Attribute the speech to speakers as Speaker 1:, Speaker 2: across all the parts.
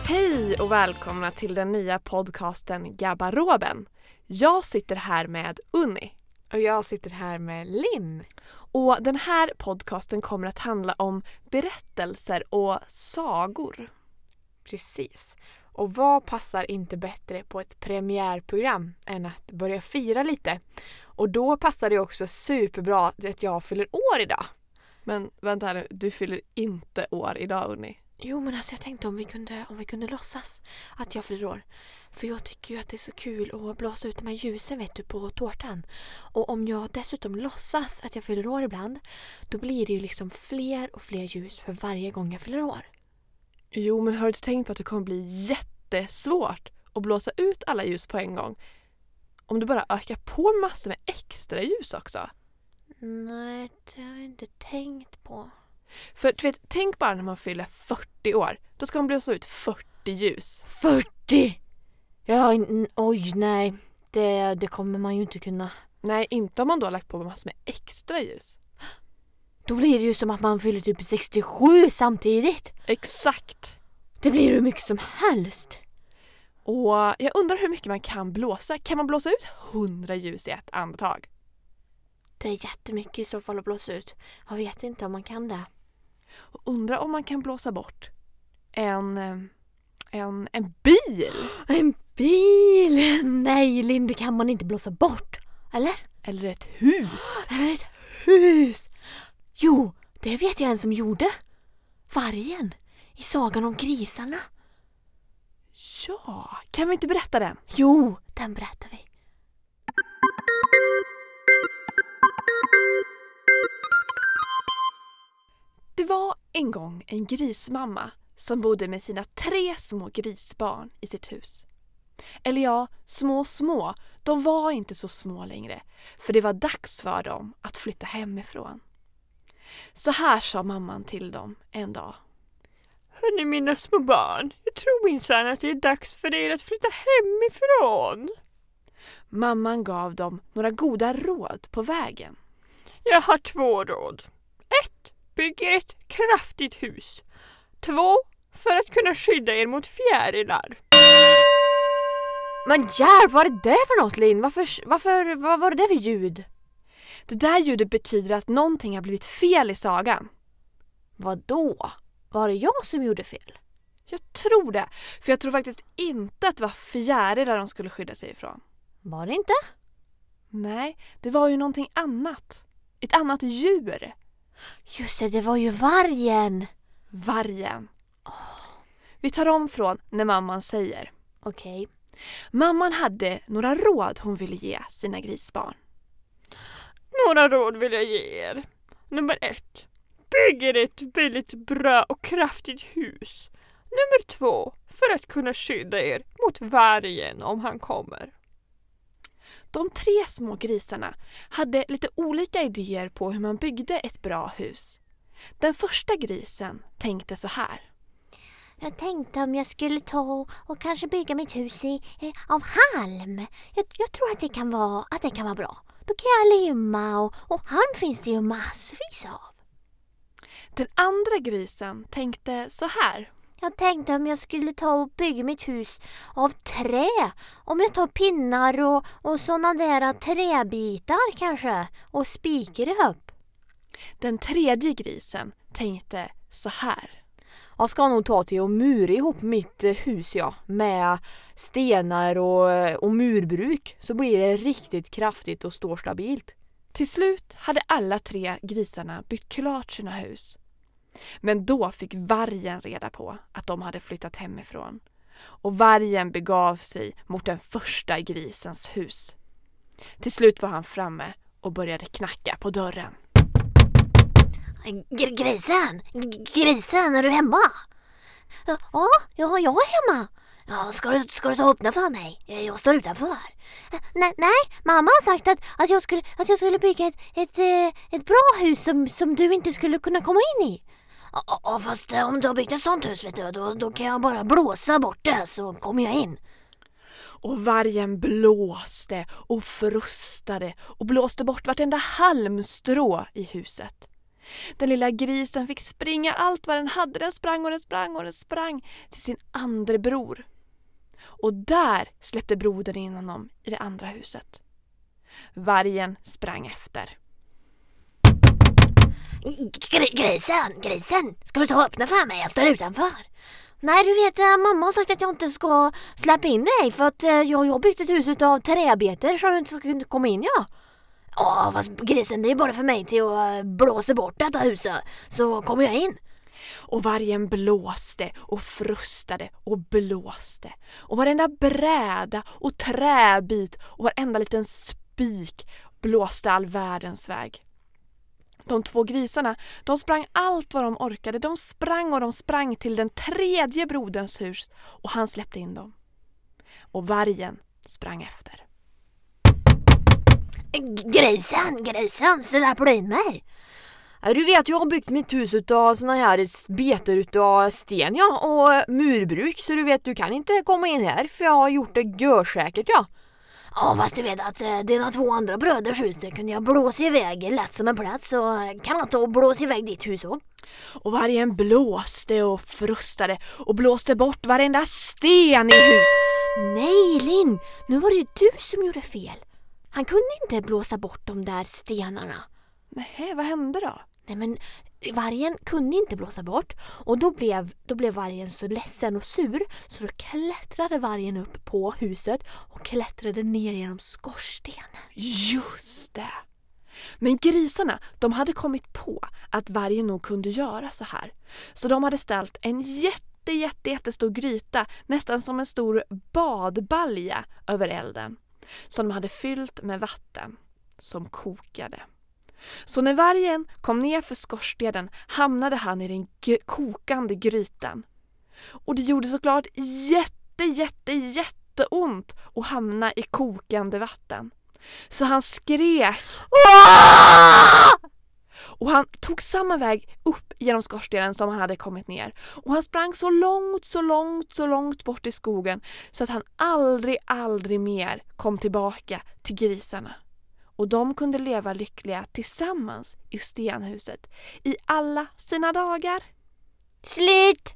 Speaker 1: Hej och välkomna till den nya podcasten Gabbaroben. Jag sitter här med Unni.
Speaker 2: Och jag sitter här med Linn.
Speaker 1: Och den här podcasten kommer att handla om berättelser och sagor.
Speaker 2: Precis. Och vad passar inte bättre på ett premiärprogram än att börja fira lite? Och då passar det också superbra att jag fyller år idag.
Speaker 1: Men vänta här nu, du fyller inte år idag, Unni.
Speaker 2: Jo, men alltså jag tänkte om vi kunde låtsas att jag fyller år. För jag tycker ju att det är så kul att blåsa ut de här ljusen, vet du, på tårtan. Och om jag dessutom låtsas att jag fyller år ibland, då blir det ju liksom fler och fler ljus för varje gång jag fyller år.
Speaker 1: Jo, men har du inte tänkt på att det kommer bli jättesvårt att blåsa ut alla ljus på en gång? Om du bara ökar på massor med extra ljus också.
Speaker 2: Nej, det har jag inte tänkt på.
Speaker 1: För du vet, tänk bara när man fyller 40 år. Då ska man blåsa ut 40 ljus.
Speaker 2: 40! Ja, oj, nej. Det kommer man ju inte kunna.
Speaker 1: Nej, inte om man då har lagt på massor med extra ljus.
Speaker 2: Då blir det ju som att man fyller typ 67 samtidigt.
Speaker 1: Exakt.
Speaker 2: Det blir hur mycket som helst.
Speaker 1: Och jag undrar hur mycket man kan blåsa. Kan man blåsa ut 100 ljus i ett andetag?
Speaker 2: Det är jättemycket i så fall att blåsa ut. Jag vet inte om man kan det.
Speaker 1: Och undrar om man kan blåsa bort en bil.
Speaker 2: En bil! Nej, Linn, det kan man inte blåsa bort. Eller?
Speaker 1: Eller ett hus.
Speaker 2: Eller ett hus. Jo, det vet jag en som gjorde. Vargen. I sagan om grisarna.
Speaker 1: Ja, kan vi inte berätta den?
Speaker 2: Jo, den berättar vi.
Speaker 1: Det var en gång en grismamma som bodde med sina 3 små grisbarn i sitt hus. Eller ja, små, de var inte så små längre, för det var dags för dem att flytta hemifrån. Så här sa mamman till dem en dag.
Speaker 3: Hörni, mina små barn, jag tror minsann att det är dags för er att flytta hemifrån.
Speaker 1: Mamman gav dem några goda råd på vägen.
Speaker 3: Jag har 2 råd. 1. Bygg er ett kraftigt hus. 2. För att kunna skydda er mot fjärilar.
Speaker 2: Men jävlar, vad är det för något, Linn? Vad var det för ljud?
Speaker 1: Det där ljudet betyder att någonting har blivit fel i sagan.
Speaker 2: Vadå? Var det jag som gjorde fel?
Speaker 1: Jag tror det, för jag tror faktiskt inte att det var fjärilar de skulle skydda sig ifrån.
Speaker 2: Var det inte?
Speaker 1: Nej, det var ju någonting annat. Ett annat djur.
Speaker 2: Just det var ju vargen.
Speaker 1: Vargen. Vi tar om från när mamman säger.
Speaker 2: Okej.
Speaker 1: Mamman hade några råd hon ville ge sina grisbarn.
Speaker 3: Några råd vill jag ge er. Nummer 1. Bygg er ett väldigt bra och kraftigt hus. Nummer 2. För att kunna skydda er mot vargen om han kommer.
Speaker 1: De 3 små grisarna hade lite olika idéer på hur man byggde ett bra hus. Den första grisen tänkte så här.
Speaker 4: Jag tänkte om jag skulle ta och kanske bygga mitt hus av halm. Jag tror att det kan vara bra. Då kan jag limma och halm finns det ju massvis av.
Speaker 1: Den andra grisen tänkte så här.
Speaker 4: Jag tänkte om jag skulle ta och bygga mitt hus av trä. Om jag tar pinnar och sådana där träbitar kanske och spikar ihop.
Speaker 1: Den tredje grisen tänkte så här.
Speaker 2: Jag ska nog ta till och mura ihop mitt hus, med stenar och murbruk, så blir det riktigt kraftigt och står stabilt.
Speaker 1: Till slut hade alla 3 grisarna byggt klart sina hus. Men då fick vargen reda på att de hade flyttat hemifrån. Och vargen begav sig mot den första grisens hus. Till slut var han framme och började knacka på dörren.
Speaker 4: Grisen, är du hemma? Ja, jag är hemma. Ja, ska du ta och öppna för mig? Jag står utanför. Nej, mamma har sagt att jag skulle bygga ett bra hus som du inte skulle kunna komma in i. Ja, fast om du har byggt ett sånt hus, vet du, då kan jag bara blåsa bort det så kommer jag in.
Speaker 1: Och vargen blåste och frustade och blåste bort vartenda halmstrå i huset. Den lilla grisen fick springa allt vad den hade. Den sprang och den sprang och den sprang till sin andra bror. Och där släppte brodern in honom i det andra huset. Vargen sprang efter.
Speaker 4: Grisen, ska du ta och öppna för mig? Jag står utanför. Nej, du vet, mamma har sagt att jag inte ska släppa in dig för att jag har byggt ett hus av träbeter så du inte ska kunna komma in, ja. Ja, fast grisen, det är bara för mig till att blåsa bort detta huset så kommer jag in.
Speaker 1: Och vargen blåste och frustade och blåste. Och varenda bräda och träbit och varenda liten spik blåste all världens väg. De 2 grisarna, de sprang allt vad de orkade. De sprang och de sprang till den 3:e broderns hus och han släppte in dem. Och vargen sprang efter.
Speaker 4: Grisen, släpper in mig.
Speaker 2: Du vet, jag har byggt mitt hus utav såna här beter utav sten, ja, och murbruk, så du vet, du kan inte komma in här för jag har gjort det görsäkert, ja.
Speaker 4: Ja, fast du vet att dina 2 andra bröders hus, det kunde jag blåsa iväg lätt som en plätt, så kan jag ta och blåsa iväg ditt hus också.
Speaker 1: Och vargen blåste och frustade och blåste bort varenda sten i hus.
Speaker 2: Nej, Linn, nu var det du som gjorde fel. Han kunde inte blåsa bort de där stenarna.
Speaker 1: Nej, vad hände då?
Speaker 2: Nej, men vargen kunde inte blåsa bort och då blev vargen så ledsen och sur så då klättrade vargen upp på huset och klättrade ner genom skorstenen.
Speaker 1: Just det! Men grisarna, de hade kommit på att vargen nog kunde göra så här. Så de hade ställt en jättestor gryta, nästan som en stor badbalja över elden, som de hade fyllt med vatten som kokade. Så när vargen kom ner för skorstenen hamnade han i den kokande grytan. Och det gjorde såklart jätteont att hamna i kokande vatten. Så han skrek. Och han tog samma väg upp genom skorstenen som han hade kommit ner. Och han sprang så långt bort i skogen så att han aldrig mer kom tillbaka till grisarna. Och de kunde leva lyckliga tillsammans i stenhuset i alla sina dagar.
Speaker 4: Slut!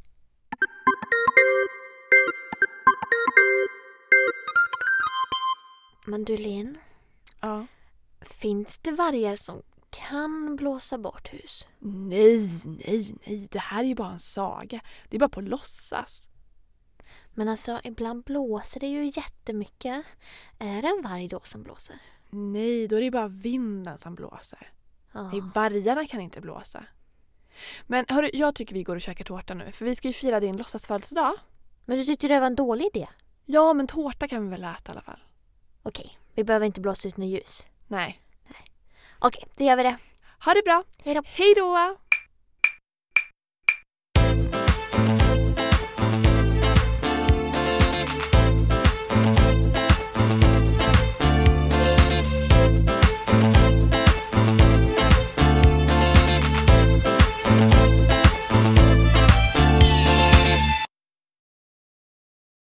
Speaker 2: Men du, Linn,
Speaker 1: Ja.
Speaker 2: finns det vargar som kan blåsa bort hus?
Speaker 1: Nej. Det här är ju bara en saga. Det är bara på att låtsas.
Speaker 2: Men alltså, ibland blåser det ju jättemycket. Är det en varg då som blåser?
Speaker 1: Nej, då är det bara vinden som blåser.
Speaker 2: Ja.
Speaker 1: Nej, vargarna kan inte blåsa. Men hörru, jag tycker vi går och käkar tårta nu. För vi ska ju fira din låtsasfödelsedag.
Speaker 2: Men du tyckte det var en dålig idé?
Speaker 1: Ja, men tårta kan vi väl äta i alla fall.
Speaker 2: Okej, vi behöver inte blåsa ut något ljus.
Speaker 1: Nej.
Speaker 2: Okej, då gör vi det.
Speaker 1: Ha det bra.
Speaker 2: Hej då.
Speaker 1: Hej då!